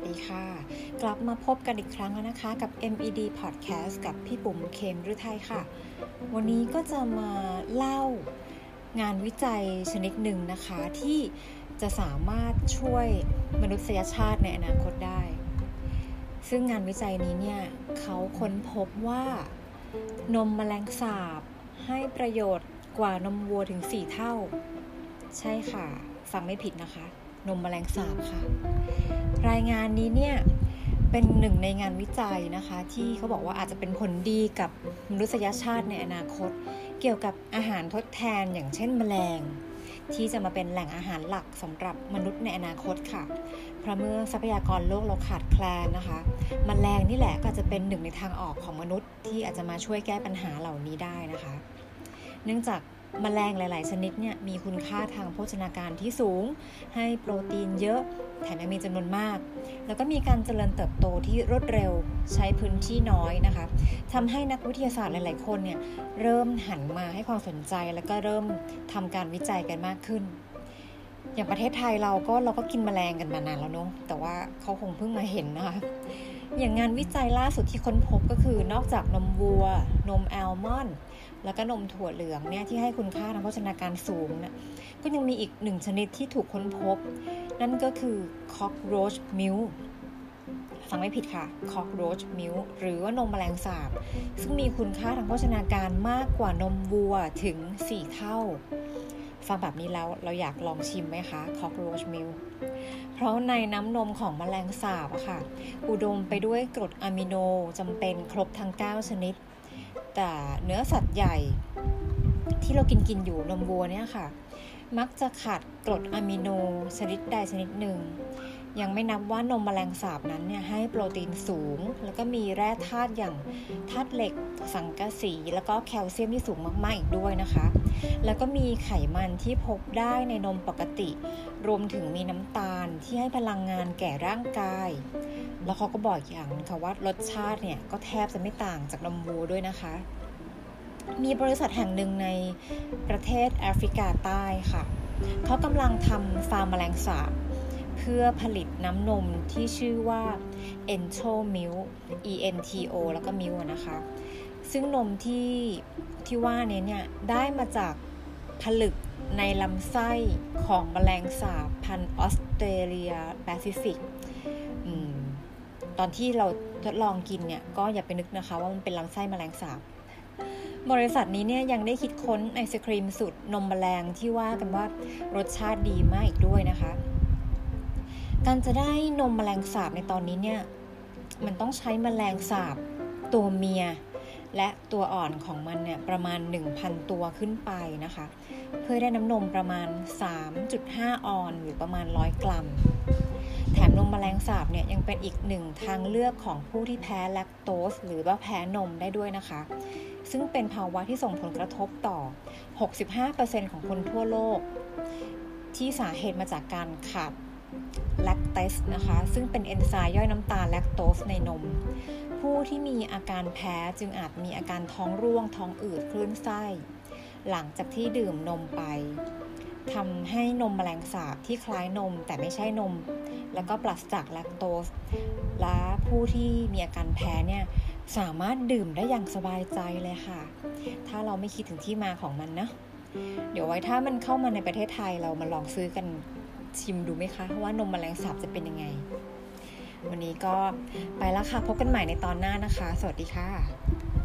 ดีค่ะกลับมาพบกันอีกครั้งแล้วนะคะกับ MED Podcast กับพี่ปุ๋มเคมฤทัยค่ะวันนี้ก็จะมาเล่างานวิจัยชนิดหนึ่งนะคะที่จะสามารถช่วยมนุษยชาติในอนาคตได้ซึ่งงานวิจัยนี้เนี่ยเขาค้นพบว่านมแมลงสาบให้ประโยชน์กว่านมวัวถึง4 เท่าใช่ค่ะฟังไม่ผิดนะคะนมแมลงสาบค่ะรายงานนี้เนี่ยเป็นหนึ่งในงานวิจัยนะคะที่เขาบอกว่าอาจจะเป็นผลดีกับมนุษยชาติในอนาคตเกี่ยวกับอาหารทดแทนอย่างเช่นแมลงที่จะมาเป็นแหล่งอาหารหลักสำหรับมนุษย์ในอนาคตค่ะเพราะเมื่อทรัพยากรโลกเราขาดแคลนนะคะแมลงนี่แหละก็จะเป็นหนึ่งในทางออกของมนุษย์ที่อาจจะมาช่วยแก้ปัญหาเหล่านี้ได้นะคะเนื่องจากแมลงหลายๆชนิดเนี่ยมีคุณค่าทางโภชนาการที่สูงให้โปรตีนเยอะแถมยังมีจำนวนมากแล้วก็มีการเจริญเติบโตที่รวดเร็วใช้พื้นที่น้อยนะคะทำให้นักวิทยาศาสตร์หลายๆคนเนี่ยเริ่มหันมาให้ความสนใจแล้วก็เริ่มทำการวิจัยกันมากขึ้นอย่างประเทศไทยเราก็กินแมลงกันมานานแล้วเนาะแต่ว่าเขาคงเพิ่งมาเห็นนะคะอย่างงานวิจัยล่าสุดที่ค้นพบก็คือนอกจากนมวัวนมแอลมอนด์แล้วก็นมถั่วเหลืองเนี่ยที่ให้คุณค่าทางโภชนาการสูงนะก็ยังมีอีกหนึ่งชนิดที่ถูกค้นพบนั่นก็คือ cockroach milk ฟังไม่ผิดค่ะ cockroach milk หรือว่านมแมลงสาบซึ่งมีคุณค่าทางโภชนาการมากกว่านมวัวถึง4 เท่าฟังแบบนี้แล้วเราอยากลองชิมไหมคะ cockroach milk เพราะในน้ำนมของแมลงสาบอะค่ะอุดมไปด้วยกรดอะมิโนจำเป็นครบทั้ง9 ชนิดแต่เนื้อสัตว์ใหญ่ที่เรากินอยู่นมวัวเนี่ยค่ะมักจะขาดกรดอะมิโนชนิดใดชนิดหนึ่งยังไม่นับว่านมแมลงสาบนั้นเนี่ยให้โปรตีนสูงแล้วก็มีแร่ธาตุอย่างธาตุเหล็กสังกะสีแล้วก็แคลเซียมที่สูงมากๆอีกด้วยนะคะแล้วก็มีไขมันที่พบได้ในนมปกติรวมถึงมีน้ำตาลที่ให้พลังงานแก่ร่างกายแล้วเขาก็บอกอย่างค่ะว่ารสชาติเนี่ยก็แทบจะไม่ต่างจากนมวัวด้วยนะคะมีบริษัทแห่งหนึ่งในประเทศแอฟริกาใต้ค่ะเขากำลังทำฟาร์มแมลงสาบเพื่อผลิตน้ำนมที่ชื่อว่า Ento Milk ENTO แล้วก็ Milk นะคะซึ่งนมที่ว่านี้เนี่ยได้มาจากผลึกในลำไส้ของแมลงสาบพันธุ์ออสเตรเลียแปซิฟิกตอนที่เราทดลองกินเนี่ยก็อย่าไปนึกนะคะว่ามันเป็นลำไส้แมลงสาบบริษัทนี้เนี่ยยังได้คิดค้นไอศครีมสูตรนมแมลงที่ว่ากันว่ารสชาติดีมากอีกด้วยนะคะการจะได้นมแมลงสาบในตอนนี้เนี่ยมันต้องใช้แมลงสาบตัวเมียและตัวอ่อนของมันเนี่ยประมาณ 1,000 ตัวขึ้นไปนะคะเพื่อได้น้ำนมประมาณ 3.5 ออนซ์หรือประมาณ100 กรัมแถมนมแมลงสาบเนี่ยยังเป็นอีกหนึ่งทางเลือกของผู้ที่แพ้แลคโตสหรือว่าแพ้นมได้ด้วยนะคะซึ่งเป็นภาวะที่ส่งผลกระทบต่อ 65% ของคนทั่วโลกที่สาเหตุมาจากการขาดแลคเตสนะคะซึ่งเป็นเอนไซม์ย่อยน้ำตาลแลคโตสในนมผู้ที่มีอาการแพ้จึงอาจมีอาการท้องร่วงท้องอืดคลื่นไส้หลังจากที่ดื่มนมไปทำให้นมแมลงสาบที่คล้ายนมแต่ไม่ใช่นมแล้วก็ปราศจากแลคโตสและผู้ที่มีอาการแพ้เนี่ยสามารถดื่มได้อย่างสบายใจเลยค่ะถ้าเราไม่คิดถึงที่มาของมันนะเดี๋ยวไว้ถ้ามันเข้ามาในประเทศไทยเรามาลองซื้อกันชิมดูไหมคะว่านมแมลงสาบจะเป็นยังไงวันนี้ก็ไปแล้วค่ะพบกันใหม่ในตอนหน้านะคะสวัสดีค่ะ